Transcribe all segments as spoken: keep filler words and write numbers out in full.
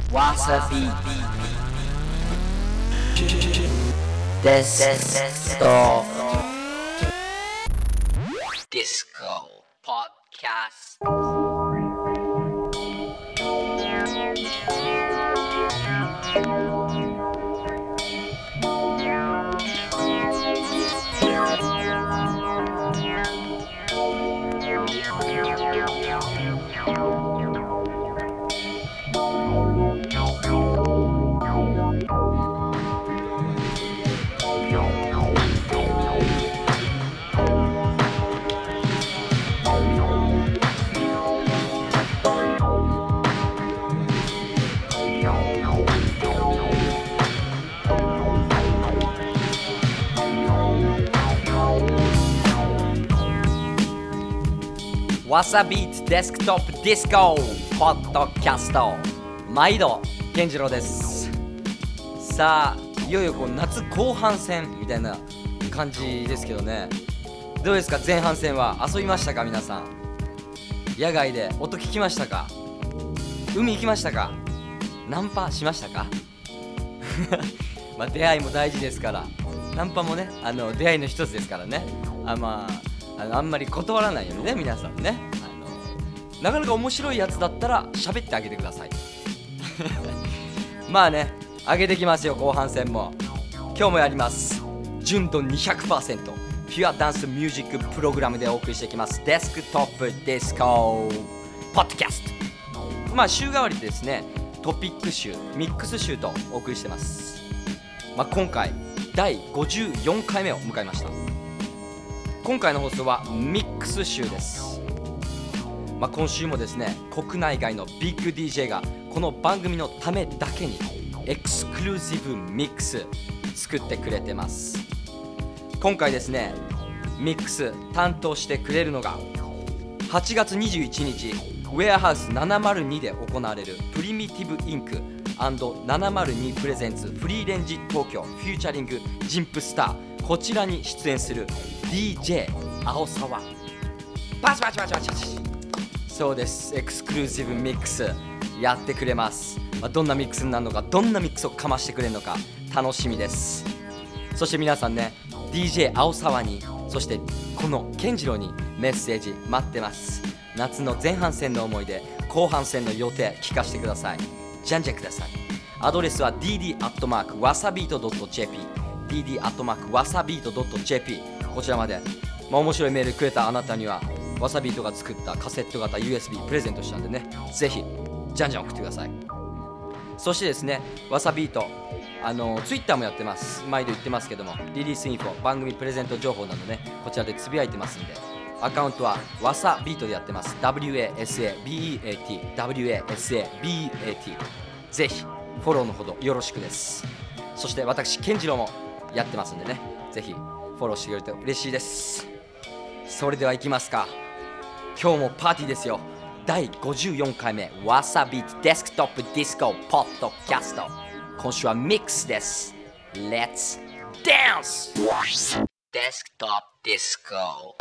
わさびデストディスコポッキャスト。わさビーツデスクトップディスコポッドキャスト、毎度健次郎です。さあ、いよいよこう夏後半戦みたいな感じですけどね、どうですか？前半戦は遊びましたか？皆さん野外で音聞きましたか？海行きましたか？ナンパしましたか？まあ出会いも大事ですから、ナンパもね、あの出会いの一つですからね。あまああのあんまり断らないようにね、皆さんね、あのなかなか面白いやつだったら喋ってあげてください。まあね、上げてきますよ、後半戦も。今日もやります。純度 にひゃくパーセント ピュアダンスミュージックプログラムでお送りしていきますデスクトップディスコポッドキャスト。まあ週替わりでですね、トピック集、ミックス集とお送りしてます。まあ、今回だいごじゅうよんかいめを迎えました。今回の放送はミックス集です。まあ、今週もですね、国内外のビッグ ディージェー がこの番組のためだけにエクスクルーシブミックス作ってくれてます。今回ですね、ミックス担当してくれるのがはちがつにじゅういちにちウェアハウスななまるにで行われるプリミティブインク ななまるに プレゼンツフリーレンジ東京フューチャリングジンプスター、こちらに出演する ディージェー 青沢。パチパチパチパチパチ。そうです、エクスクルーシブミックスやってくれます。まあ、どんなミックスになるのか、どんなミックスをかましてくれるのか楽しみです。そして皆さんね、 ディージェー 青沢に、そしてこの健次郎にメッセージ待ってます。夏の前半戦の思い出、後半戦の予定聞かせてください。じゃんじゃんください。アドレスは ディーディー アットマーク ワサビート ドット ジェーピー ディーディー アットマーク ワサビート ドット ジェーピー、 こちらまで。まあ、面白いメールくれたあなたにはわさビートが作ったカセット型 ユーエスビー プレゼントしたんでね、ぜひじゃんじゃん送ってください。そしてですね、わさビートあのツイッターもやってます。毎度言ってますけども、リリースインフォ、番組プレゼント情報などね、こちらでつぶやいてますんで、アカウントはわさビートでやってます。 ダブリューエーエスエービーイーエーティー ダブリューエーエスエービーイーエーティー、 ぜひフォローのほどよろしくです。そして私健次郎もやってますんでね、ぜひフォローしてくれると嬉しいです。それでは行きますか。今日もパーティーですよ。だいごじゅうよんかいめわさビートデスクトップディスコポッドキャスト、今週はミックスです。 Let's dance! デスクトップディスコ。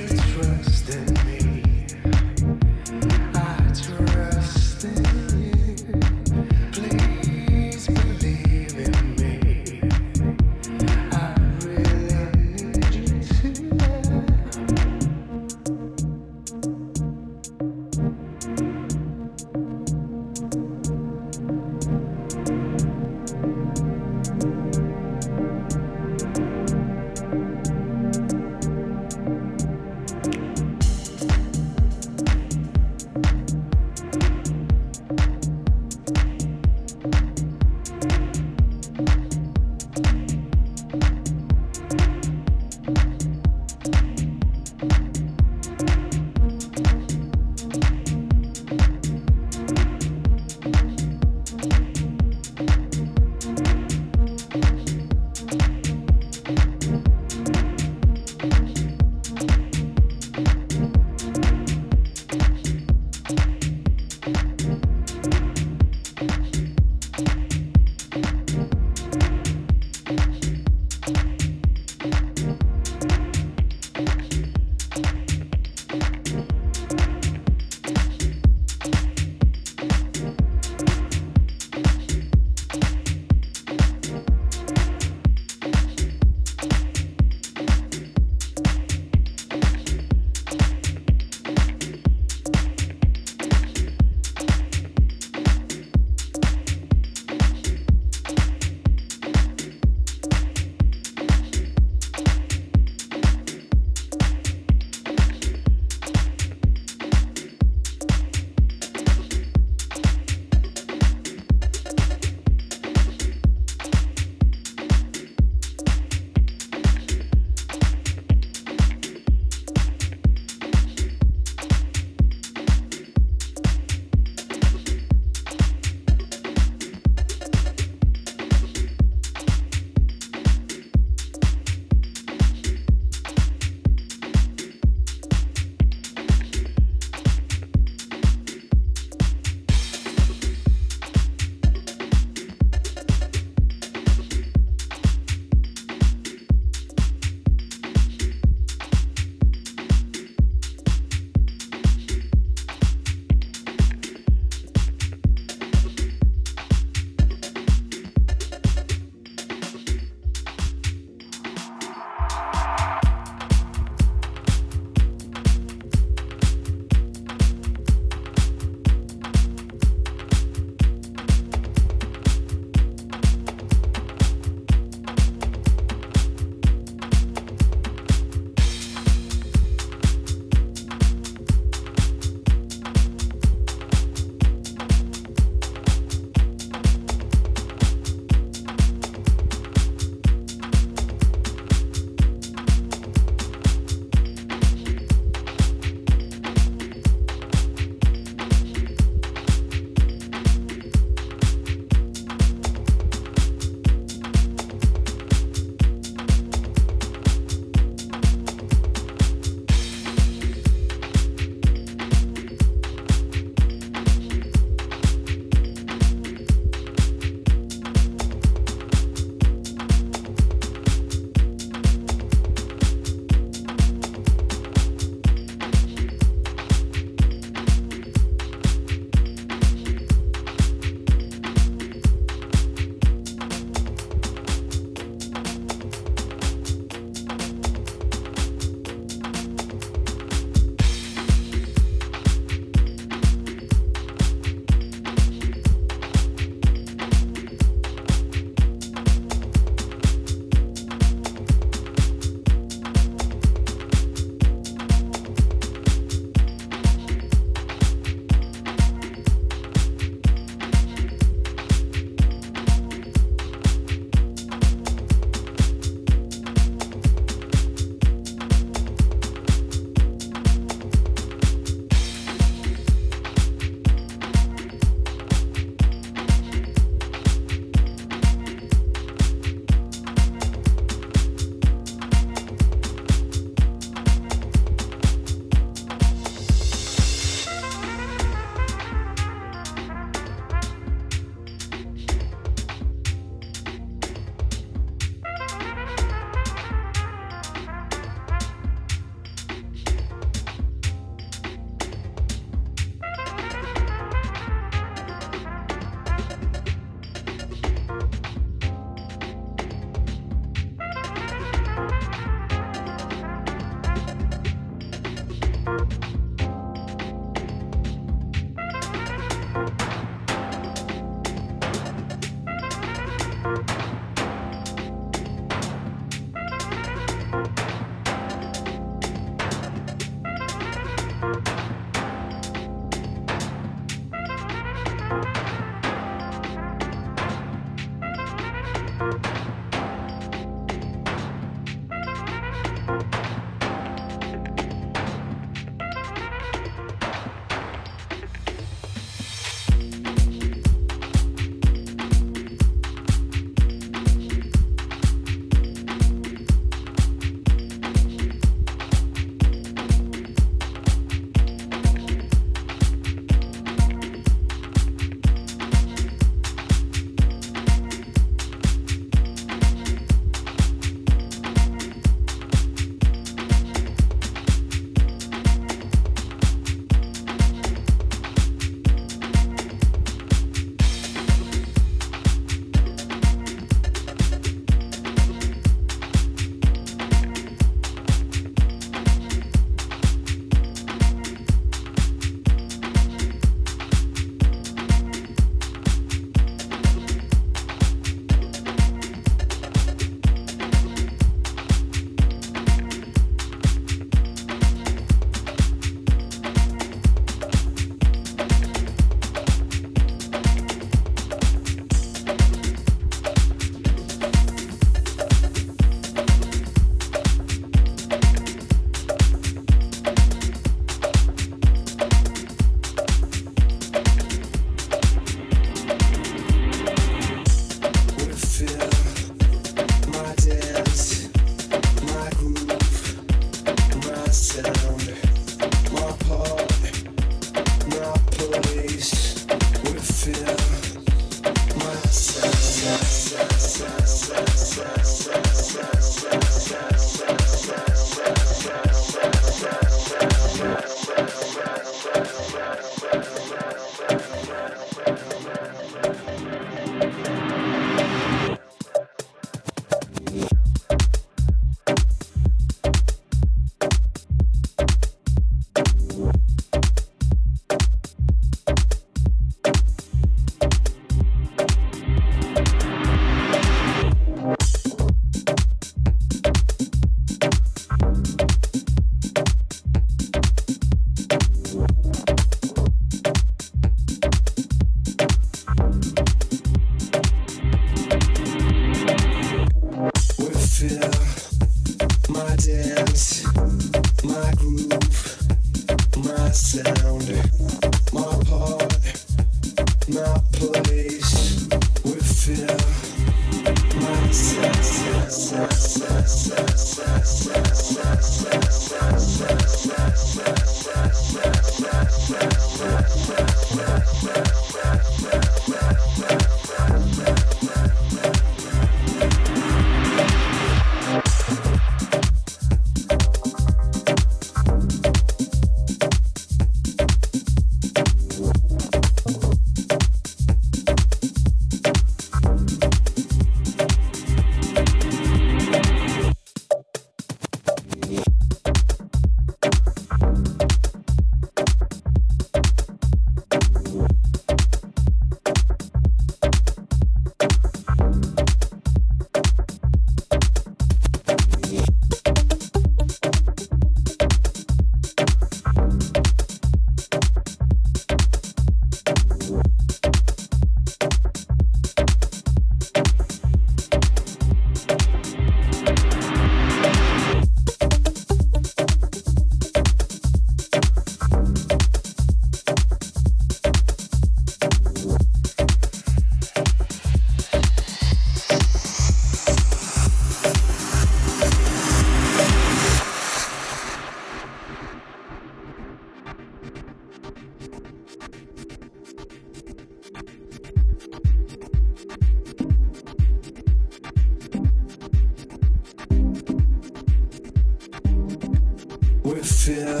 feel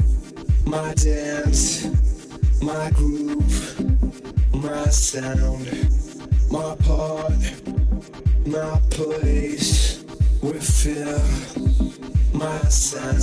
my dance, my groove, my sound, my part, my place. We feel my sound.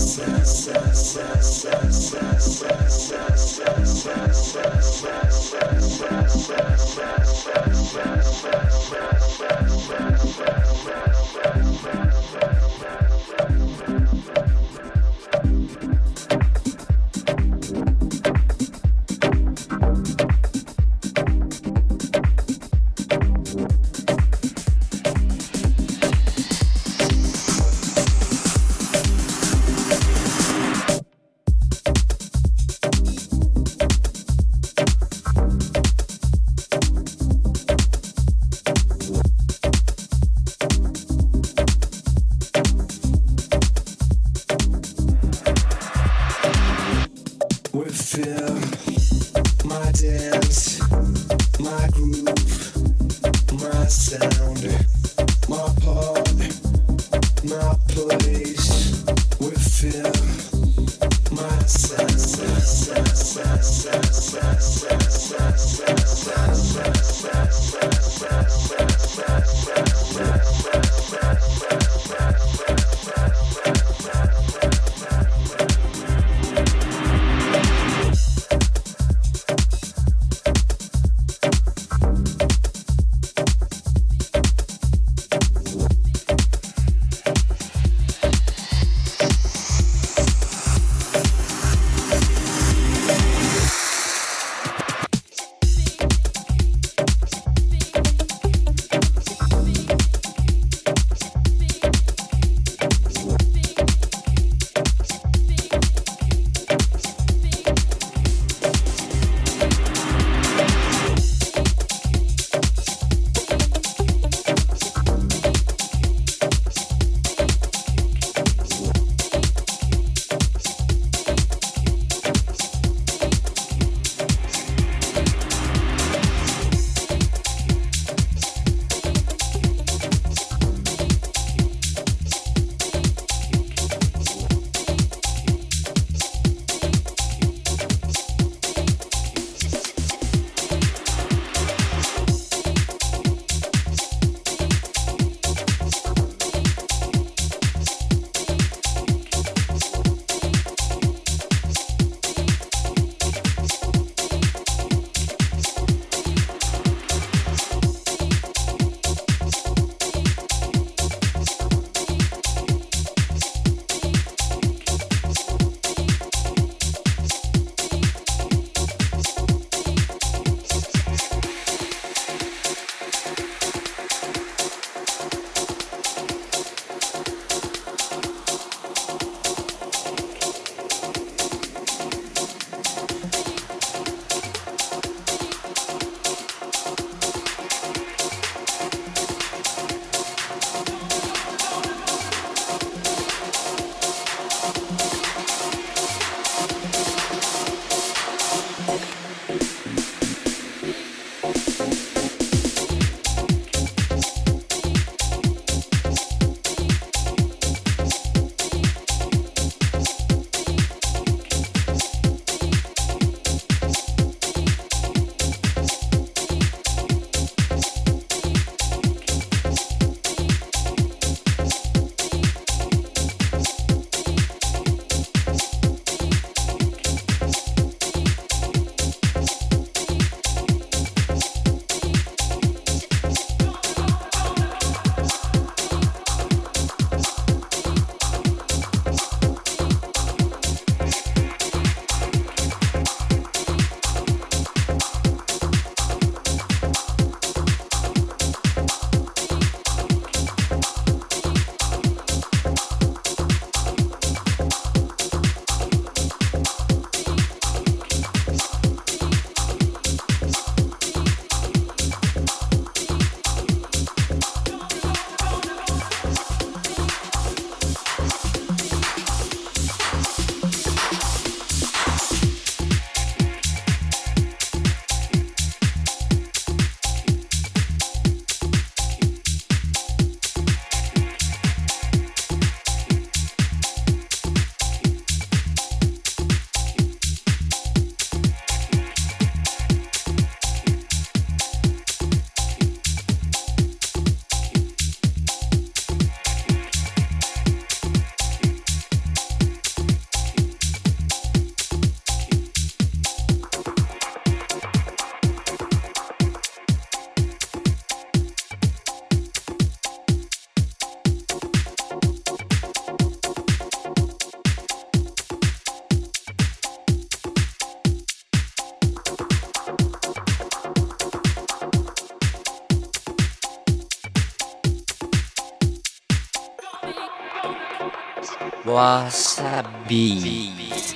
わさび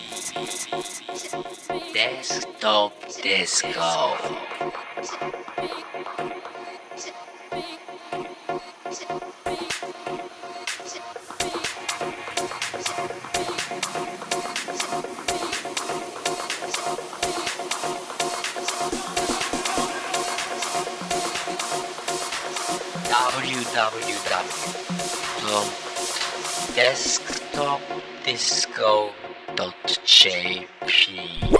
デスクトップディスコダブリューダブリューダブリュー デスクトップディスコ .ジェーピー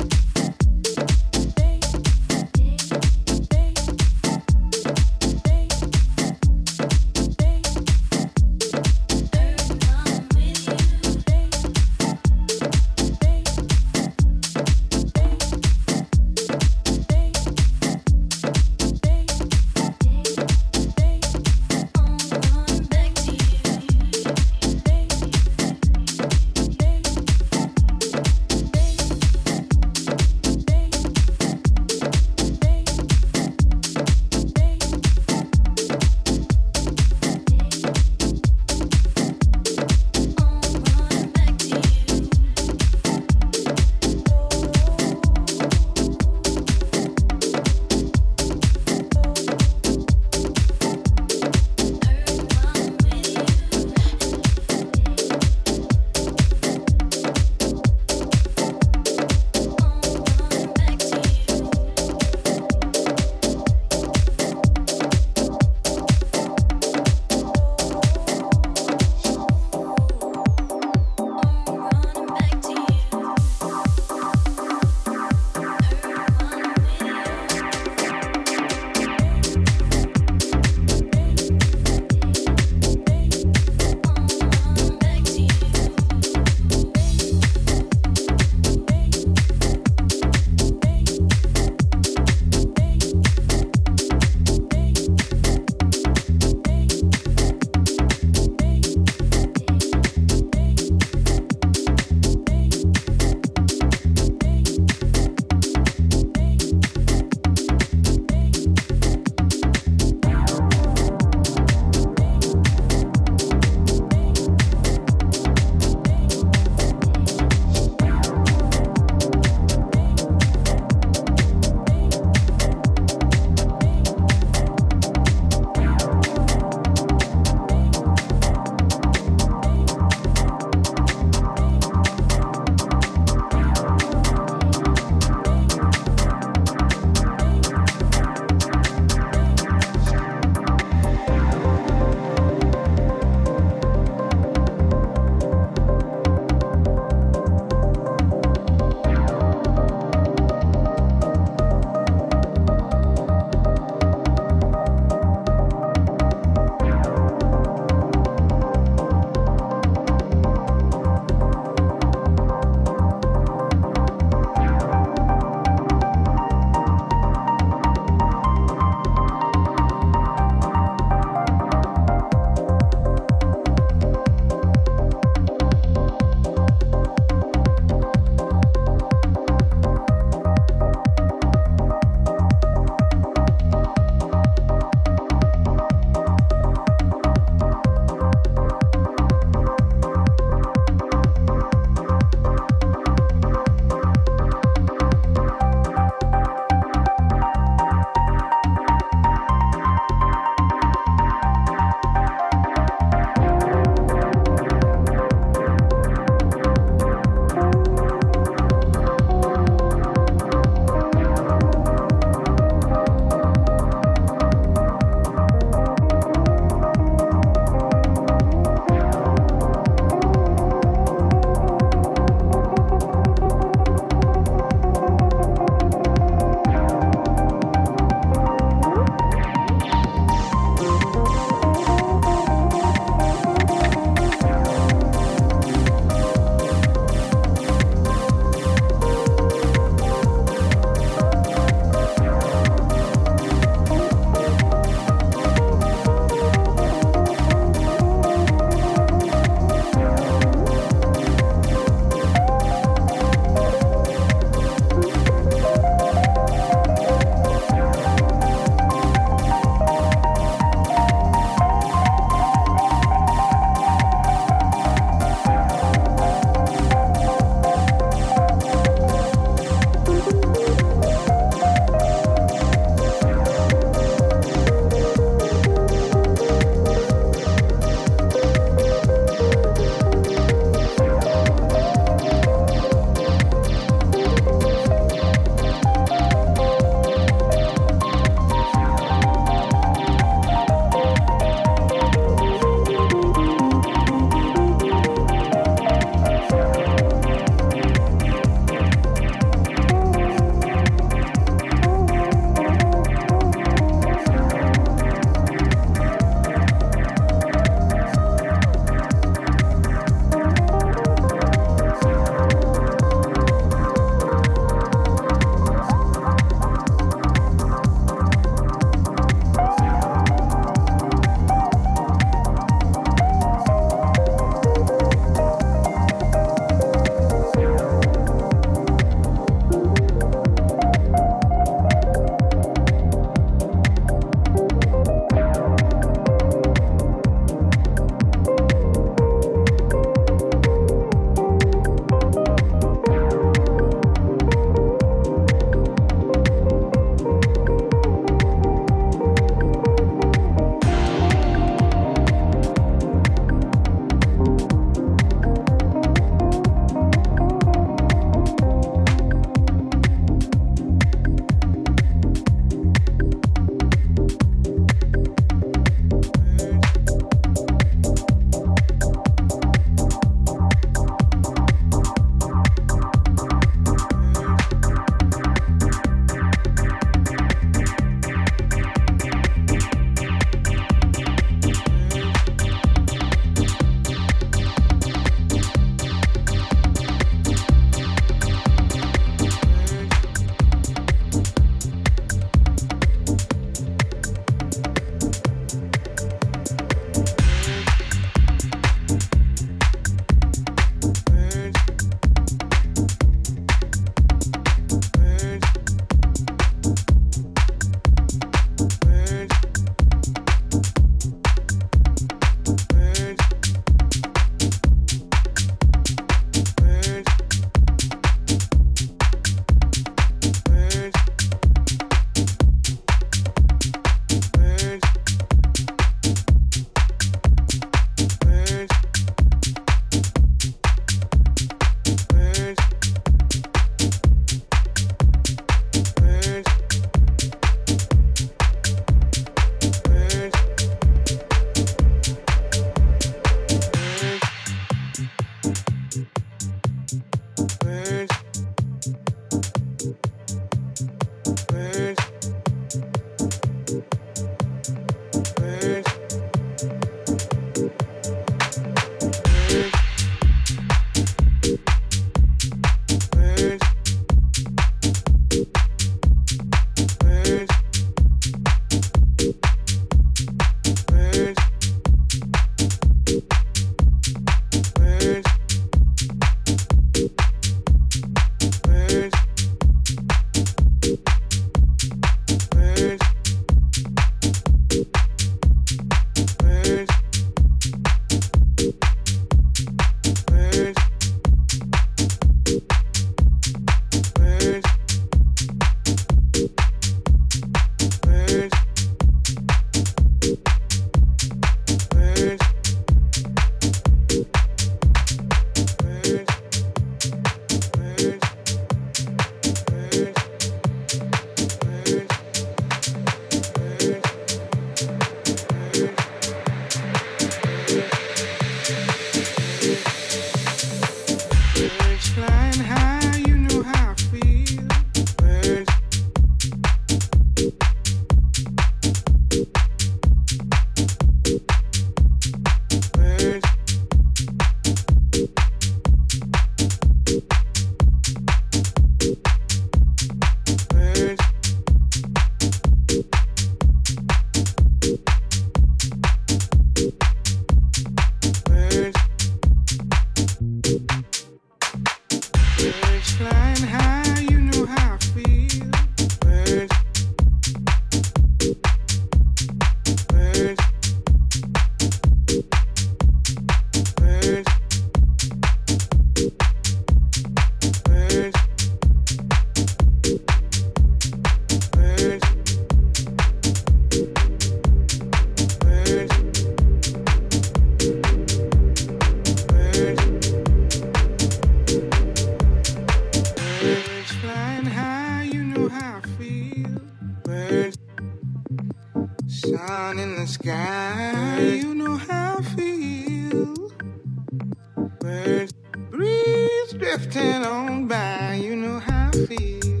Sun in the sky, you know how I feel. Birds, breeze drifting on by, you know how I feel.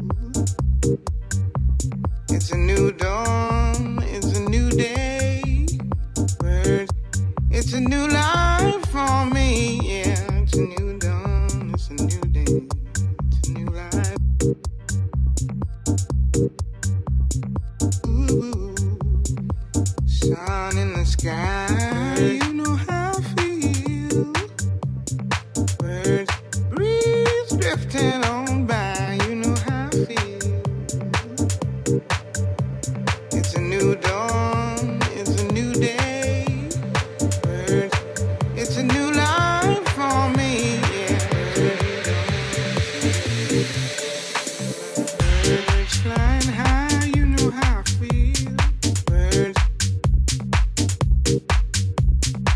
It's a new dawn, it's a new day. Birds, it's a new life for me, yeah. It's a new dawn, it's a new day, it's a new life. Ooh, sun in the sky, you know how I feel. Birds, breeze drifting on by, you know how I feel. It's a new dawn, it's a new day. Birds, it's a new life for me, yeah. Birds flying high, you know how I feel. Birds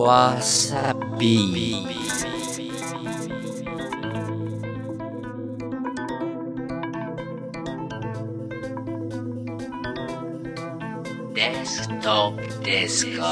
わさびデスクトップディスコ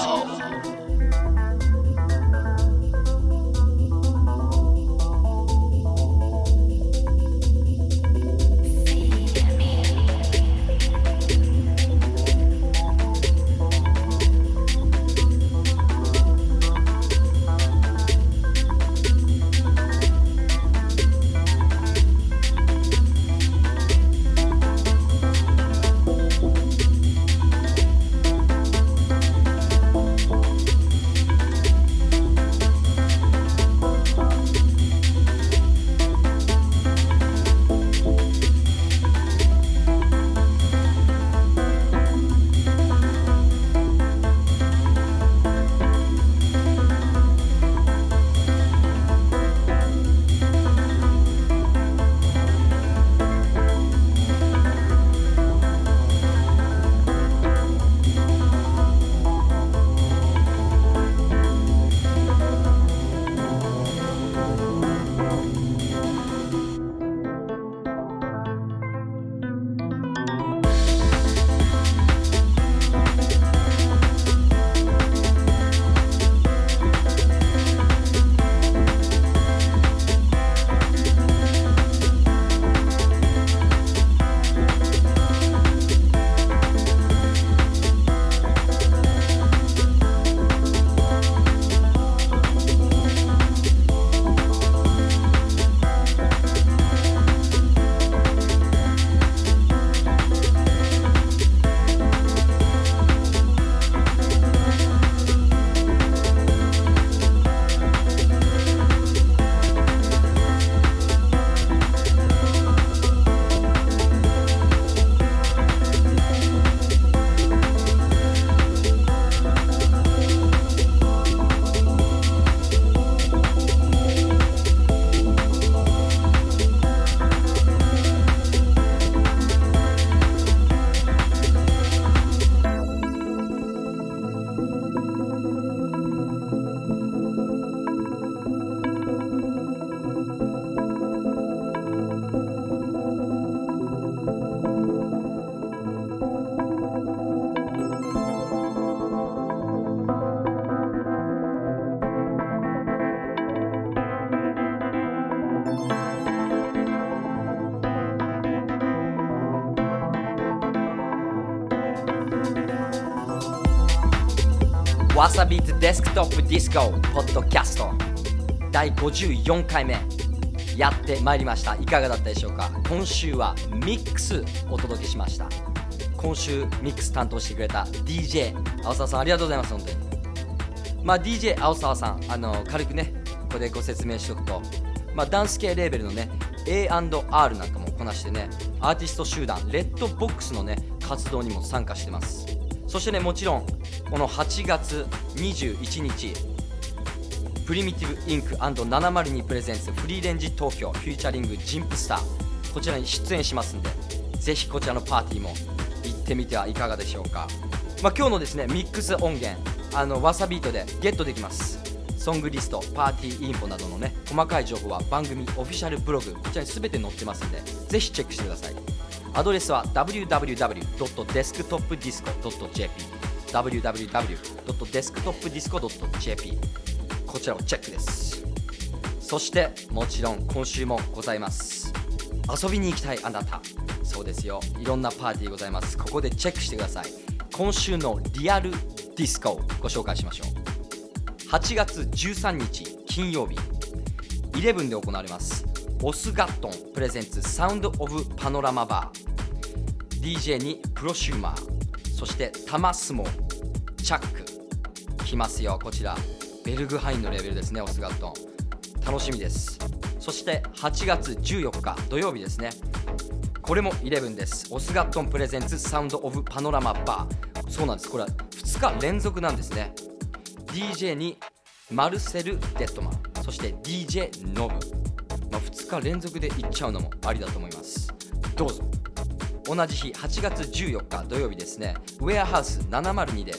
わさびーツデスクトップディスコポッドキャストだいごじゅうよんかいめやってまいりました。いかがだったでしょうか。今週はミックスお届けしました。今週ミックス担当してくれた ディージェー 青沢さんありがとうございます。本当にまあ ディージェー 青沢さんあの軽くねここでご説明しておくと、まあ、ダンス系レーベルのね エーアンドアール なんかもこなしてねアーティスト集団レッドボックスのね活動にも参加してます。そしてねもちろんこのはちがつにじゅういちにちプリミティブインク ななまるに プレゼンツフリーレンジ東京フューチャリングジンプスターこちらに出演しますんでぜひこちらのパーティーも行ってみてはいかがでしょうか。まあ、今日のですねミックス音源あのわさビートでゲットできます。ソングリストパーティーインフォなどのね細かい情報は番組オフィシャルブログこちらに全て載ってますんでぜひチェックしてください。アドレスは ダブリューダブリューダブリュードットデスクトップディスコドットジェーピー ダブリューダブリューダブリュードットデスクトップディスコドットジェーピー こちらをチェックです。そしてもちろん今週もございます。遊びに行きたいあなた、そうですよ、いろんなパーティーございます。ここでチェックしてください。今週のリアルディスコをご紹介しましょう。はちがつじゅうさんにち金曜日じゅういちで行われますオスガットンプレゼンツサウンドオブパノラマバー ディージェー にプロシューマーそしてタマスモチャック来ますよ。こちらベルグハインのレベルですね。オスガットン楽しみです。そしてはちがつじゅうよっか土曜日ですね。これもじゅういちです。オスガットンプレゼンツサウンドオブパノラマバー。そうなんです。これはふつか連続なんですね。 ディージェー にマルセル・デッドマンそして ディージェー ノブ、まあ、ふつか連続で行っちゃうのもありだと思います。どうぞ。同じ日はちがつじゅうよっか土曜日ですね。ウェアハウスななまるにで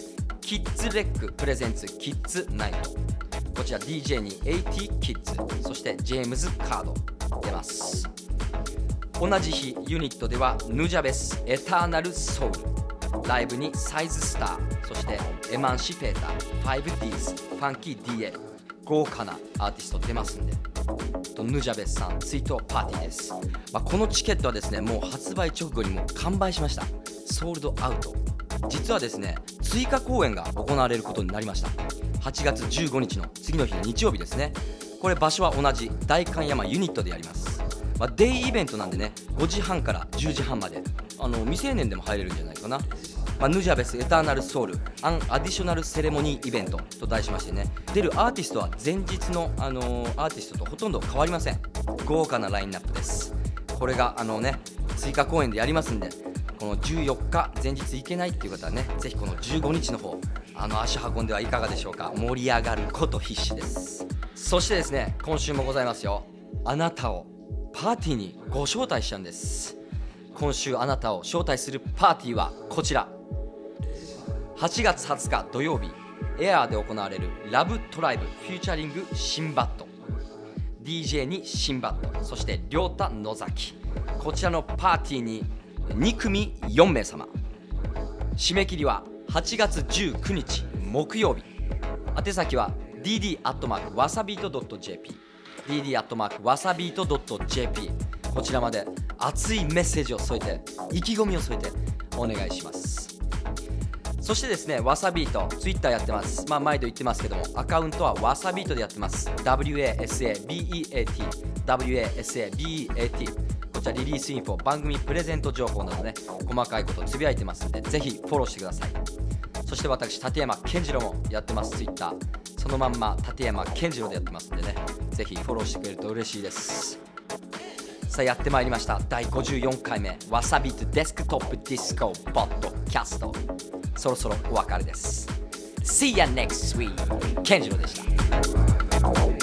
キッズレックプレゼンツキッズナイト、こちら ディージェー にエイティキッズ、そしてジェームズカード出ます。同じ日ユニットではヌジャベスエターナルソウル、ライブにサイズスター、そしてエマンシペーター、ファイブディーズ、ファンキー ディーエル、豪華なアーティスト出ますんで、とヌジャベスさん追悼パーティーです。まあ、このチケットはですね、もう発売直後にもう完売しました。ソールドアウト。実はですね、追加公演が行われることになりました。はちがつじゅうごにちの次の日の日曜日ですね。これ場所は同じ代官山ユニットでやります。まあ、デイイベントなんでね、ごじはんからじゅうじはんまで、あの未成年でも入れるんじゃないかな。まあ、ヌジャベスエターナルソウルアンアディショナルセレモニーイベントと題しましてね、出るアーティストは前日の、あのー、アーティストとほとんど変わりません。豪華なラインナップです。これがあのね追加公演でやりますんで、このじゅうよっか前日行けないっていう方はね、ぜひこのじゅうごにちの方あの足運んではいかがでしょうか。盛り上がること必至です。そしてですね、今週もございますよ。あなたをパーティーにご招待したんです。今週あなたを招待するパーティーはこちら。はちがつはつか土曜日、エアーで行われるラブトライブフューチャリングシンバッド、 ディージェー にシンバッド、そしてりょうた野崎、こちらのパーティーににくみよんめいさま。締め切りははちがつじゅうくにち木曜日。宛先は ディーディー アットマーク ワサビート ドット ジェーピー ディーディー アットマーク ワサビート ドット ジェーピー、 こちらまで熱いメッセージを添えて、意気込みを添えてお願いします。そしてですね、わさビートツイッターやってます。まあ毎度言ってますけども、アカウントはわさビートでやってます。 ダブリューエーエスエービーイーエーティー ダブリューエーエスエービーイーエーティー、 こちらリリースインフォ、番組プレゼント情報などね、細かいことつぶやいてますんで、ぜひフォローしてください。そして私立山健次郎もやってます。ツイッターそのまんま立山健次郎でやってますんでね、ぜひフォローしてくれると嬉しいです。さあやってまいりました、だいごじゅうよんかいめわさビートデスクトップディスコポッドキャスト、そろそろお別れです。 See ya next week。 健次郎でした。